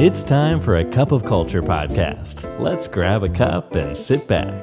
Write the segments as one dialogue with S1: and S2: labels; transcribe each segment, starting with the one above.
S1: It's time for a cup of culture podcast. Let's grab a cup and sit back.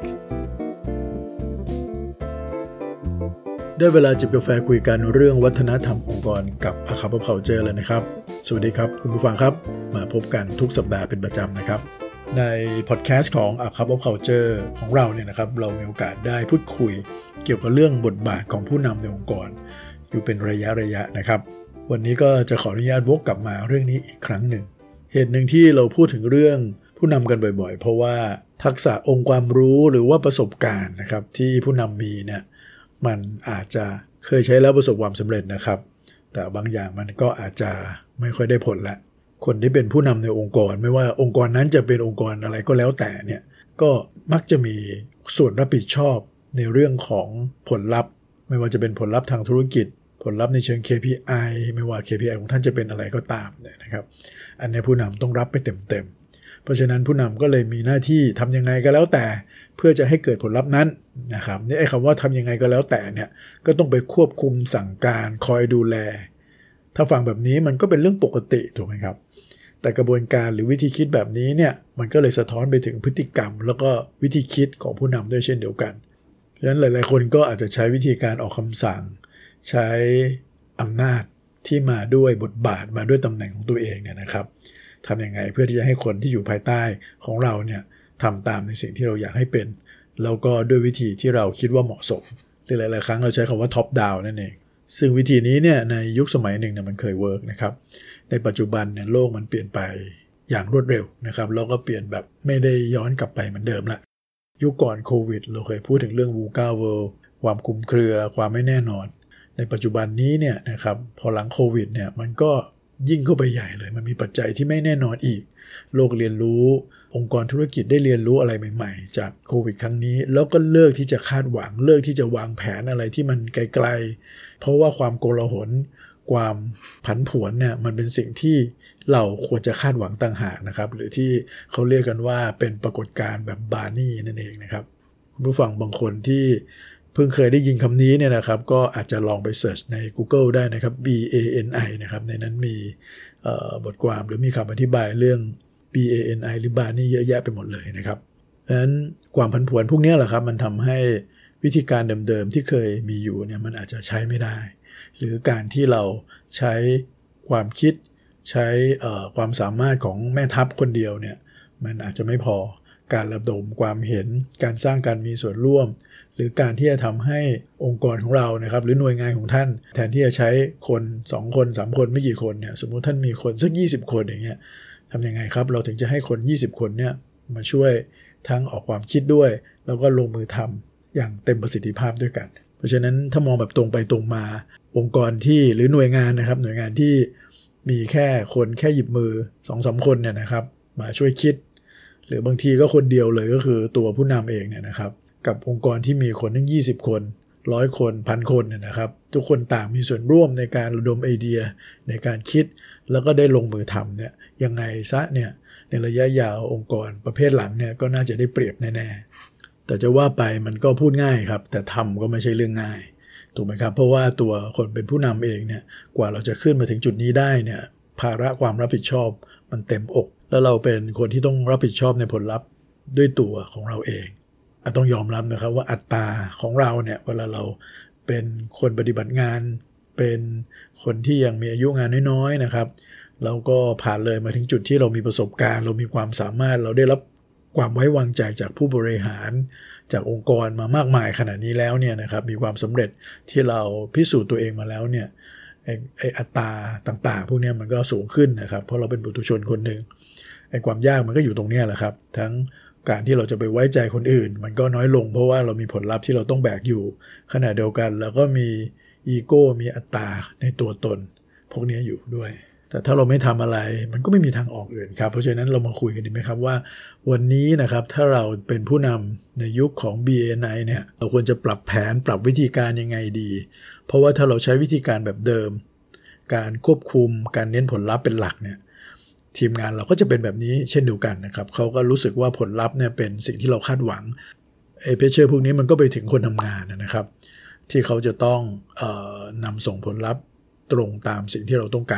S2: ได้เวลาจิบกาแฟคุยกันเรื่องวัฒนธรรมองค์กรกับ A Cup of Culture แล้วนะครับสวัสดีครับคุณผู้ฟังครับมาพบกันทุกสัปดาห์เป็นประจำนะครับในพอดแคสต์ของ A Cup of Culture ของเราเนี่ยนะครับเรามีโอกาสได้พูดคุยเกี่ยวกับเรื่องบทบาทของผู้นำในองค์กรอยู่เป็นระยะนะครับวันนี้ก็จะขออนุญาตวกกลับมาเรื่องนี้อีกครั้งหนึ่งเหตุหนึ่งที่เราพูดถึงเรื่องผู้นำกันบ่อยๆเพราะว่าทักษะองค์ความรู้หรือว่าประสบการณ์นะครับที่ผู้นำมีเนี่ยมันอาจจะเคยใช้แล้วประสบความสำเร็จนะครับแต่บางอย่างมันก็อาจจะไม่ค่อยได้ผลละคนที่เป็นผู้นำในองค์กรไม่ว่าองค์กรนั้นจะเป็นองค์กรอะไรก็แล้วแต่เนี่ยก็มักจะมีส่วนรับผิดชอบในเรื่องของผลลัพธ์ไม่ว่าจะเป็นผลลัพธ์ทางธุรกิจผลลัพธ์ในเชิง KPI ไม่ว่า KPI ของท่านจะเป็นอะไรก็ตามเนี่ยนะครับอันนี้ผู้นำต้องรับไปเต็มๆเพราะฉะนั้นผู้นำก็เลยมีหน้าที่ทำยังไงก็แล้วแต่เพื่อจะให้เกิดผลลัพธ์นั้นนะครับนี่ไอ้คำว่าทำยังไงก็แล้วแต่เนี่ยก็ต้องไปควบคุมสั่งการคอยดูแลถ้าฟังแบบนี้มันก็เป็นเรื่องปกติถูกไหมครับแต่กระบวนการหรือวิธีคิดแบบนี้เนี่ยมันก็เลยสะท้อนไปถึงพฤติกรรมแล้วก็วิธีคิดของผู้นำด้วยเช่นเดียวกันเพราะฉะนั้นหลายๆคนก็อาจจะใช้วิธีการออกคำสั่งใช้อำนาจที่มาด้วยบทบาทมาด้วยตำแหน่งของตัวเองเนี่ยนะครับทำยังไงเพื่อที่จะให้คนที่อยู่ภายใต้ของเราเนี่ยทำตามในสิ่งที่เราอยากให้เป็นแล้วก็ด้วยวิธีที่เราคิดว่าเหมาะสมหลายๆครั้งเราใช้คำว่า top down นั่นเองซึ่งวิธีนี้เนี่ยในยุคสมัยหนึ่งเนี่ยมันเคยเวิร์กนะครับในปัจจุบันเนี่ยโลกมันเปลี่ยนไปอย่างรวดเร็วนะครับแล้วก็เปลี่ยนแบบไม่ได้ย้อนกลับไปเหมือนเดิมละยุคก่อนโควิดเราเคยพูดถึงเรื่อง VUCA World ความคลุมเครือความไม่แน่นอนในปัจจุบันนี้เนี่ยนะครับพอหลังโควิดเนี่ยมันก็ยิ่งเข้าไปใหญ่เลยมันมีปัจจัยที่ไม่แน่นอนอีกโลกเรียนรู้องค์กรธุรกิจได้เรียนรู้อะไรใหม่ๆจากโควิดครั้งนี้แล้วก็เลิกที่จะคาดหวังเลิกที่จะวางแผนอะไรที่มันไกลๆเพราะว่าความโกลาหลความผันผวนเนี่ยมันเป็นสิ่งที่เราควรจะคาดหวังต่างหากนะครับหรือที่เขาเรียกกันว่าเป็นปรากฏการณ์แบบบาร์นี่นั่นเองนะครับคุณผู้ฟังบางคนที่เพิ่งเคยได้ยินคำนี้เนี่ยนะครับก็อาจจะลองไปเสิร์ชใน Google ได้นะครับ BANI นะครับในนั้นมีบทความหรือมีคำอธิบายเรื่อง BANI หรือบาร์นี่เยอะแยะไปหมดเลยนะครับดังนั้นความผันผวนพวกนี้แหละครับมันทำให้วิธีการเดิมๆที่เคยมีอยู่เนี่ยมันอาจจะใช้ไม่ได้หรือการที่เราใช้ความคิดใช้ความสามารถของแม่ทัพคนเดียวเนี่ยมันอาจจะไม่พอการระดมความเห็นการสร้างการมีส่วนร่วมหรือการที่จะทำให้องค์กรของเรานะครับหรือหน่วยงานของท่านแทนที่จะใช้คน2คน3คนไม่กี่คนเนี่ยสมมุติท่านมีคนสัก20คนอย่างเงี้ยทำยังไงครับเราถึงจะให้คน20คนเนี่ยมาช่วยทั้งออกความคิดด้วยแล้วก็ลงมือทำอย่างเต็มประสิทธิภาพด้วยกันเพราะฉะนั้นถ้ามองแบบตรงไปตรงมาองค์กรที่หรือหน่วยงานนะครับหน่วยงานที่มีแค่คนแค่หยิบมือ 2-3 คนเนี่ยนะครับมาช่วยคิดหรือบางทีก็คนเดียวเลยก็คือตัวผู้นำเองเนี่ยนะครับกับองค์กรที่มีคนทั้ง20คน100คน1,000คนเนี่ยนะครับทุกคนต่างมีส่วนร่วมในการระดมไอเดียในการคิดแล้วก็ได้ลงมือทำเนี่ยยังไงซะเนี่ยในระยะยาวองค์กรประเภทหลังเนี่ยก็น่าจะได้เปรียบแน่ๆแต่จะว่าไปมันก็พูดง่ายครับแต่ทำก็ไม่ใช่เรื่องง่ายถูกไหมครับเพราะว่าตัวคนเป็นผู้นำเองเนี่ยกว่าเราจะขึ้นมาถึงจุดนี้ได้เนี่ยภาระความรับผิดชอบมันเต็มอกแล้วเราเป็นคนที่ต้องรับผิดชอบในผลลัพธ์ด้วยตัวของเราเองต้องยอมรับนะครับว่าอัตราของเราเนี่ยเวลาเราเป็นคนปฏิบัติงานเป็นคนที่ยังมีอายุงานน้อยๆนะครับเราก็ผ่านเลยมาถึงจุดที่เรามีประสบการณ์เรามีความสามารถเราได้รับความไว้วางใจจากผู้บริหารจากองค์กรมามากมายขนาดนี้แล้วเนี่ยนะครับมีความสำเร็จที่เราพิสูจน์ตัวเองมาแล้วเนี่ยไอ้อัตราต่างๆพวกนี้มันก็สูงขึ้นนะครับเพราะเราเป็นปุถุชนคนหนึ่งไอ้ความยากมันก็อยู่ตรงนี้แหละครับทั้งการที่เราจะไปไว้ใจคนอื่นมันก็น้อยลงเพราะว่าเรามีผลลัพธ์ที่เราต้องแบกอยู่ขณะเดียวกันแล้วก็มีอีโก้มีอัตตาในตัวตนพวกนี้อยู่ด้วยแต่ถ้าเราไม่ทำอะไรมันก็ไม่มีทางออกอื่นครับเพราะฉะนั้นเรามาคุยกันดีไหมครับว่าวันนี้นะครับถ้าเราเป็นผู้นำในยุคของ BANI เนี่ยเราควรจะปรับแผนปรับวิธีการยังไงดีเพราะว่าถ้าเราใช้วิธีการแบบเดิมการควบคุมการเน้นผลลัพธ์เป็นหลักเนี่ยทีมงานเราก็จะเป็นแบบนี้เช่นเดียวกันนะครับเขาก็รู้สึกว่าผลลัพธ์เนี่ยเป็นสิ่งที่เราคาดหวังเพชเชอร์พวกนี้มันก็ไปถึงคนทำงานนะครับที่เขาจะต้องนำส่งผลลัพธ์ตรงตามสิ่งที่เราต้องการ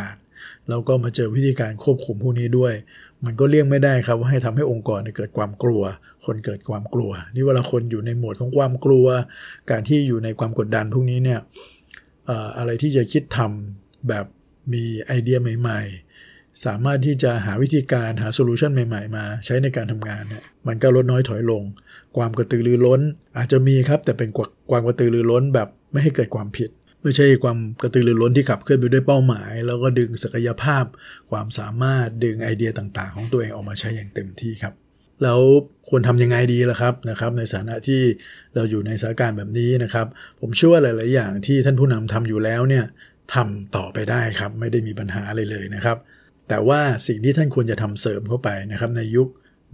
S2: แล้วก็มาเจอวิธีการควบคุมพวกนี้ด้วยมันก็เลี่ยงไม่ได้ครับว่าให้ทำให้องค์กรเกิดความกลัวคนเกิดความกลัวนี่เวลาคนอยู่ในโหมดของความกลัวการที่อยู่ในความกดดันพวกนี้เนี่ยอะไรที่จะคิดทำแบบมีไอเดียใหม่ๆสามารถที่จะหาวิธีการหาโซลูชันใหม่ๆมาใช้ในการทำงานเนี่ยมันก็ลดน้อยถอยลงความกระตือรือร้นอาจจะมีครับแต่เป็นความกระตือรือร้นแบบไม่ให้เกิดความผิดไม่ใช่ความกระตือรือร้นที่ขับเคลื่อนไปด้วยเป้าหมายแล้วก็ดึงศักยภาพความสามารถดึงไอเดียต่างๆของตัวเองออกมาใช้อย่างเต็มที่ครับแล้วควรทำยังไงดีล่ะครับในฐานะที่เราอยู่ในสถานการณ์แบบนี้นะครับผมเชื่อว่าหลายๆอย่างที่ท่านผู้นำทำอยู่แล้วเนี่ยทำต่อไปได้ครับไม่ได้มีปัญหาอะไรเลยนะครับแต่ว่าสิ่งที่ท่านควรจะทำเสริมเข้าไปนะครับในยุค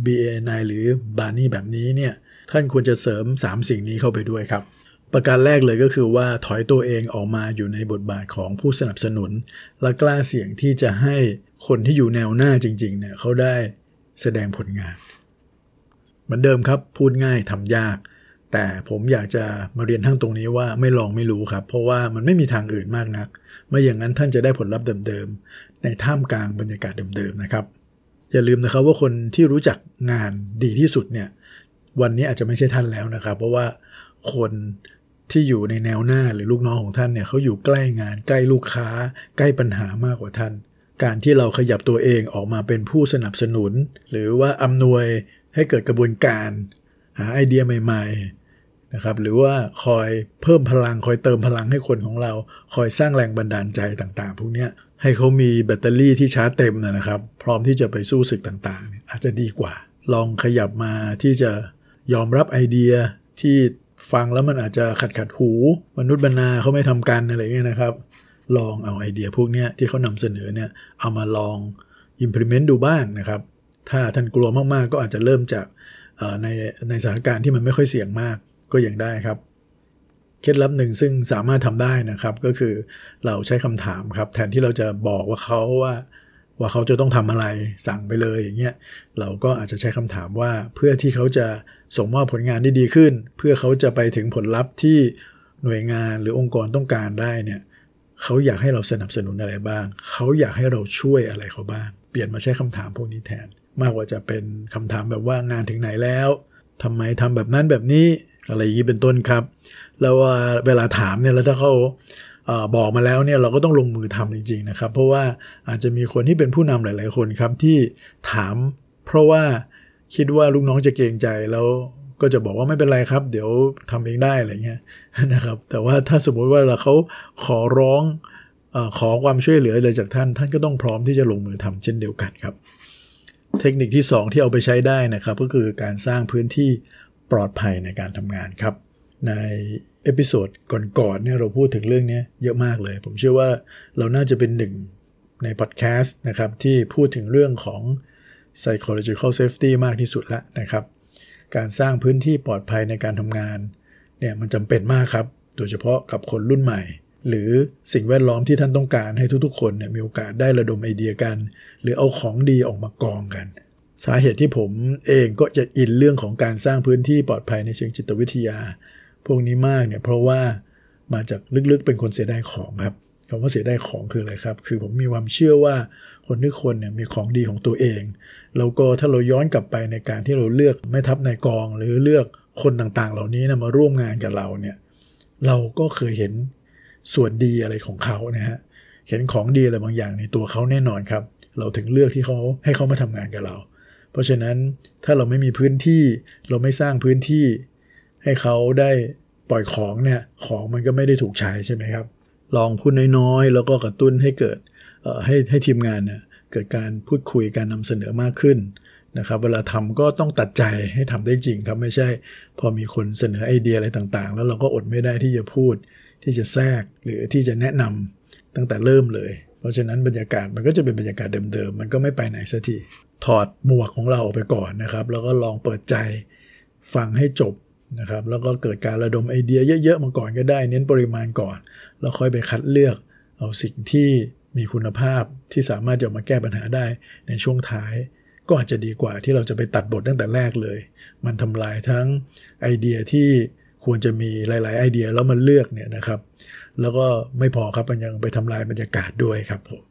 S2: BA9 หรือบาร์นี่แบบนี้เนี่ยท่านควรจะเสริม3สิ่งนี้เข้าไปด้วยครับประการแรกเลยก็คือว่าถอยตัวเองออกมาอยู่ในบทบาทของผู้สนับสนุนและกล้าเสี่ยงที่จะให้คนที่อยู่แนวหน้าจริงๆเนี่ยเขาได้แสดงผลงานเหมือนเดิมครับพูดง่ายทำยากแต่ผมอยากจะมาเรียนทั้งตรงนี้ว่าไม่ลองไม่รู้ครับเพราะว่ามันไม่มีทางอื่นมากนักไม่อย่างนั้นท่านจะได้ผลลัพธ์เดิมๆในท่ามกลางบรรยากาศเดิมๆนะครับอย่าลืมนะครับว่าคนที่รู้จักงานดีที่สุดเนี่ยวันนี้อาจจะไม่ใช่ท่านแล้วนะครับเพราะว่าคนที่อยู่ในแนวหน้าหรือลูกน้องของท่านเนี่ยเขาอยู่ใกล้งานใกล้ลูกค้าใกล้ปัญหามากกว่าท่านการที่เราขยับตัวเองออกมาเป็นผู้สนับสนุนหรือว่าอำนวยให้เกิดกระบวนการหาไอเดียใหม่ๆนะครับหรือว่าคอยเพิ่มพลังคอยเติมพลังให้คนของเราคอยสร้างแรงบันดาลใจต่างๆพวกนี้ให้เขามีแบตเตอรี่ที่ชาร์จเต็มนะครับพร้อมที่จะไปสู้ศึกต่างๆอาจจะดีกว่าลองขยับมาที่จะยอมรับไอเดียที่ฟังแล้วมันอาจจะขัดหูมนุษย์บรรณาเขาไม่ทำกันอะไรเงี้ยนะครับลองเอาไอเดียพวกนี้ที่เขานำเสนอเนี่ยเอามาลอง implement ดูบ้างนะครับถ้าท่านกลัวมากๆก็อาจจะเริ่มจากในสถานการณ์ที่มันไม่ค่อยเสี่ยงมากก็ยังได้ครับเคล็ดลับหนึ่งซึ่งสามารถทำได้นะครับก็คือเราใช้คำถามครับแทนที่เราจะบอกว่าเขาจะต้องทำอะไรสั่งไปเลยอย่างเงี้ยเราก็อาจจะใช้คำถามว่าเพื่อที่เขาจะส่งมอบผลงานได้ดีขึ้นเพื่อเขาจะไปถึงผลลัพธ์ที่หน่วยงานหรือองค์กรต้องการได้เนี่ยเขาอยากให้เราสนับสนุนอะไรบ้างเขาอยากให้เราช่วยอะไรเขาบ้างเปลี่ยนมาใช้คำถามพวกนี้แทนมากกว่าจะเป็นคำถามแบบว่างานถึงไหนแล้วทำไมทำแบบนั้นแบบนี้อะไรอย่างนี้เป็นต้นครับแล้วเวลาถามเนี่ยแล้วถ้าเขาบอกมาแล้วเนี่ยเราก็ต้องลงมือทำจริงๆนะครับเพราะว่าอาจจะมีคนที่เป็นผู้นำหลายๆคนครับที่ถามเพราะว่าคิดว่าลูกน้องจะเกรงใจแล้วก็จะบอกว่าไม่เป็นไรครับเดี๋ยวทำเองได้อะไรเงี้ยนะครับแต่ว่าถ้าสมมติว่าเขาขอร้องขอความช่วยเหลืออะไรจากท่านก็ต้องพร้อมที่จะลงมือทำเช่นเดียวกันครับเทคนิคที่2ที่เอาไปใช้ได้นะครับก็คือการสร้างพื้นที่ปลอดภัยในการทำงานครับในเอพิโซดก่อนๆเนี่ยเราพูดถึงเรื่องนี้เยอะมากเลยผมเชื่อว่าเราน่าจะเป็นหนึ่งในพอดแคสต์นะครับที่พูดถึงเรื่องของ psychological safety มากที่สุดแล้วนะครับการสร้างพื้นที่ปลอดภัยในการทำงานเนี่ยมันจำเป็นมากครับโดยเฉพาะกับคนรุ่นใหม่หรือสิ่งแวดล้อมที่ท่านต้องการให้ทุกๆคนเนี่ยมีโอกาสได้ระดมไอเดียกันหรือเอาของดีออกมากองกันสาเหตุที่ผมเองก็จะอินเรื่องของการสร้างพื้นที่ปลอดภัยในเชิงจิตวิทยาพวกนี้มากเนี่ยเพราะว่ามาจากลึกๆเป็นคนเสียดายของครับคำว่าเสียดายของคืออะไรครับคือผมมีความเชื่อว่าคนทุกคนเนี่ยมีของดีของตัวเองแล้วก็ถ้าเราย้อนกลับไปในการที่เราเลือกแม่ทัพนายกองหรือเลือกคนต่างๆเหล่านี้นะมาร่วมงานกับเราเนี่ยเราก็เคยเห็นส่วนดีอะไรของเขานะฮะเห็นของดีอะไรบางอย่างในตัวเขาแน่นอนครับเราถึงเลือกที่เขาให้เขามาทำงานกับเราเพราะฉะนั้นถ้าเราไม่มีพื้นที่เราไม่สร้างพื้นที่ให้เขาได้ปล่อยของเนี่ยของมันก็ไม่ได้ถูกใช้ใช่ไหมครับลองพูดน้อยๆแล้วก็กระตุ้นให้เกิดให้ทีมงานเนี่ยเกิดการพูดคุยการนำเสนอมากขึ้นนะครับเวลาทำก็ต้องตัดใจให้ทำได้จริงครับไม่ใช่พอมีคนเสนอไอเดียอะไรต่างๆแล้วเราก็อดไม่ได้ที่จะพูดที่จะแทรกหรือที่จะแนะนำตั้งแต่เริ่มเลยเพราะฉะนั้นบรรยากาศมันก็จะเป็นบรรยากาศเดิมๆมันก็ไม่ไปไหนสักทีถอดหมวกของเราออกไปก่อนนะครับแล้วก็ลองเปิดใจฟังให้จบนะครับแล้วก็เกิดการระดมไอเดียเยอะๆมาก่อนก็ได้เน้นปริมาณก่อนแล้วค่อยไปคัดเลือกเอาสิ่งที่มีคุณภาพที่สามารถจะมาแก้ปัญหาได้ในช่วงท้ายก็อาจจะดีกว่าที่เราจะไปตัดบทตั้งแต่แรกเลยมันทำลายทั้งไอเดียที่ควรจะมีหลายๆไอเดียแล้วมันเลือกเนี่ยนะครับแล้วก็ไม่พอครับมันยังไปทำลายบรรยากาศด้วยครับผม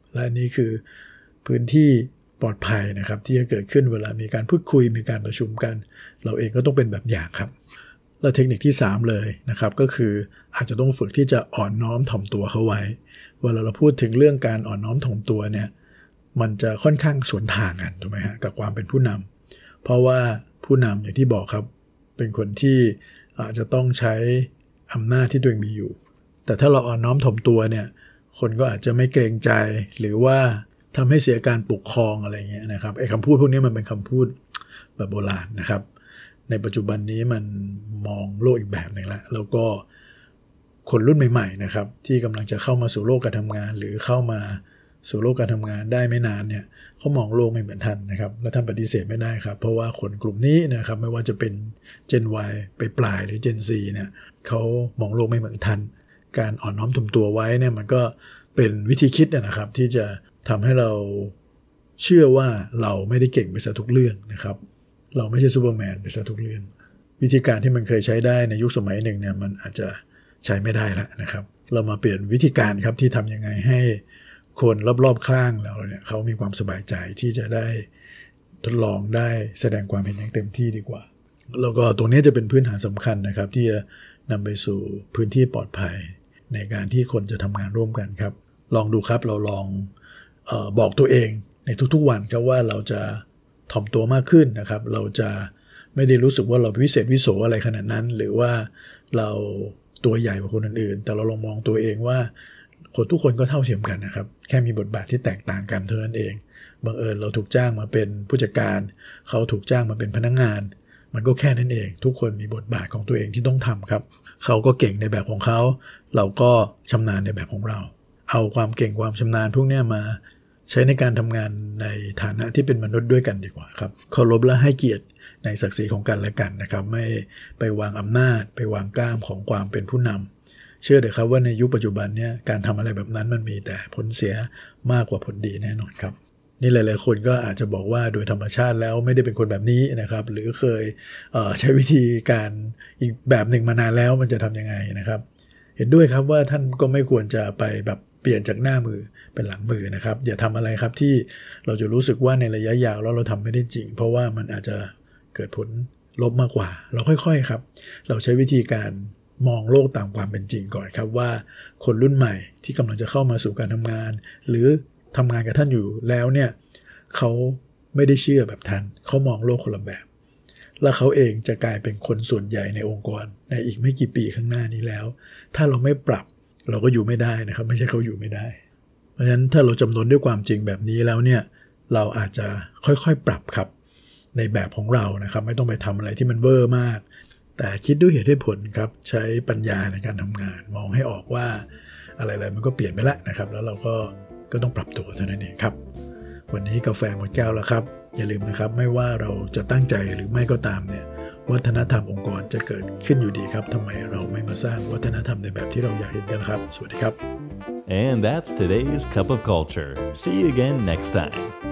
S2: และนี่คือพื้นที่ปลอดภัยนะครับที่จะเกิดขึ้นเวลามีการพูดคุยมีการประชุมกันเราเองก็ต้องเป็นแบบอย่างครับและเทคนิคที่3เลยนะครับก็คืออาจจะต้องฝึกที่จะอ่อนน้อมถ่อมตัวเข้าไว้เวลาเราพูดถึงเรื่องการอ่อนน้อมถ่อมตัวเนี่ยมันจะค่อนข้างสวนทางกันถูกไหมฮะกับความเป็นผู้นำเพราะว่าผู้นำอย่างที่บอกครับเป็นคนที่อาจจะต้องใช้อำนาจที่ตัวเองมีอยู่แต่ถ้าเราอ่อนน้อมถ่อมตัวเนี่ยคนก็อาจจะไม่เกรงใจหรือว่าทำให้เสียการปกครองอะไรเงี้ยนะครับไอ้คำพูดพวกนี้มันเป็นคำพูดแบบโบราณนะครับในปัจจุบันนี้มันมองโลกอีกแบบหนึ่งแล้วก็คนรุ่นใหม่ๆนะครับที่กำลังจะเข้ามาสู่โลกการทำงานหรือเข้ามาสู่โลกการทำงานได้ไม่นานเนี่ยเขามองโลกไม่เหมือนท่านนะครับและท่านปฏิเสธไม่ได้ครับเพราะว่าคนกลุ่มนี้นะครับไม่ว่าจะเป็น Gen Y ไปปลายหรือ Gen Z เนี่ยเขามองโลกไม่เหมือนท่านการอ่อนน้อมถ่อมตัวไว้เนี่ยมันก็เป็นวิธีคิดนะครับที่จะทำให้เราเชื่อว่าเราไม่ได้เก่งไปซะทุกเรื่องนะครับเราไม่ใช่ซูเปอร์แมนไปซะทุกเรื่องวิธีการที่มันเคยใช้ได้ในยุคสมัยหนึ่งเนี่ยมันอาจจะใช้ไม่ได้แล้วนะครับเรามาเปลี่ยนวิธีการครับที่ทำยังไงให้คนรอบๆข้างเราเนี่ยเขามีความสบายใจที่จะได้ทดลองได้แสดงความเห็นอย่างเต็มที่ดีกว่าแล้วก็ตรงนี้จะเป็นพื้นฐานสำคัญนะครับที่จะนำไปสู่พื้นที่ปลอดภัยในการที่คนจะทำงานร่วมกันครับลองดูครับเราลองบอกตัวเองในทุกๆวันครับว่าเราจะถ่อมตัวมากขึ้นนะครับเราจะไม่ได้รู้สึกว่าเราวิเศษวิโสอะไรขนาดนั้นหรือว่าเราตัวใหญ่กว่าคนอื่นๆแต่เราลองมองตัวเองว่าคนทุกคนก็เท่าเทียมกันนะครับแค่มีบทบาทที่แตกต่างกันเท่านั้นเองบังเอิญเราถูกจ้างมาเป็นผู้จัดการเขาถูกจ้างมาเป็นพนักงานมันก็แค่นั้นเองทุกคนมีบทบาทของตัวเองที่ต้องทำครับเขาก็เก่งในแบบของเขาเราก็ชำนาญในแบบของเราเอาความเก่งความชำนาญพวกนี้มาใช้ในการทำงานในฐานะที่เป็นมนุษย์ด้วยกันดีกว่าครับเคารพและให้เกียรติในศักดิ์ศรีของกันและกันนะครับไม่ไปวางอำนาจไปวางกล้ามของความเป็นผู้นำเชื่อเถอะครับว่าในยุคปัจจุบันเนี่ยการทำอะไรแบบนั้นมันมีแต่ผลเสียมากกว่าผลดีแน่นอนครับนี่หลายๆคนก็อาจจะบอกว่าโดยธรรมชาติแล้วไม่ได้เป็นคนแบบนี้นะครับหรือเคยใช้วิธีการอีกแบบหนึ่งมานานแล้วมันจะทำยังไงนะครับเห็นด้วยครับว่าท่านก็ไม่ควรจะไปแบบเปลี่ยนจากหน้ามือเป็นหลังมือนะครับอย่าทำอะไรครับที่เราจะรู้สึกว่าในระยะยาวแล้วเราทำไม่ได้จริงเพราะว่ามันอาจจะเกิดผลลบมากกว่าเราค่อยๆครับเราใช้วิธีการมองโลกตามความเป็นจริงก่อนครับว่าคนรุ่นใหม่ที่กำลังจะเข้ามาสู่การทำงานหรือทำงานกับท่านอยู่แล้วเนี่ยเขาไม่ได้เชื่อแบบท่านเขามองโลกคนละแบบและเขาเองจะกลายเป็นคนส่วนใหญ่ในองค์กรในอีกไม่กี่ปีข้างหน้านี้แล้วถ้าเราไม่ปรับเราก็อยู่ไม่ได้นะครับไม่ใช่เขาอยู่ไม่ได้เพราะฉะนั้นถ้าเราจำนวนด้วยความจริงแบบนี้แล้วเนี่ยเราอาจจะค่อยๆปรับครับในแบบของเรานะครับไม่ต้องไปทำอะไรที่มันเวอร์มากแต่คิดด้วยเหตุด้วยผลครับใช้ปัญญาในการทำงานมองให้ออกว่าอะไรๆมันก็เปลี่ยนไปแล้วนะครับแล้วเราก็ต้องปรับตัวเท่านั้นเองครับวันนี้กาแฟหมดแก้วแล้วครับอย่าลืมนะครับไม่ว่าเราจะตั้งใจหรือไม่ก็ตามเนี่ยวัฒนธรรมองค์กรจะเกิดขึ้นอยู่ดีครับทำไมเราไม่มาสร้างวัฒนธรรมในแบบที่เราอยากเห็นกันครับสวัสดีครับ
S1: And that's today's Cup of Culture. See you again next time.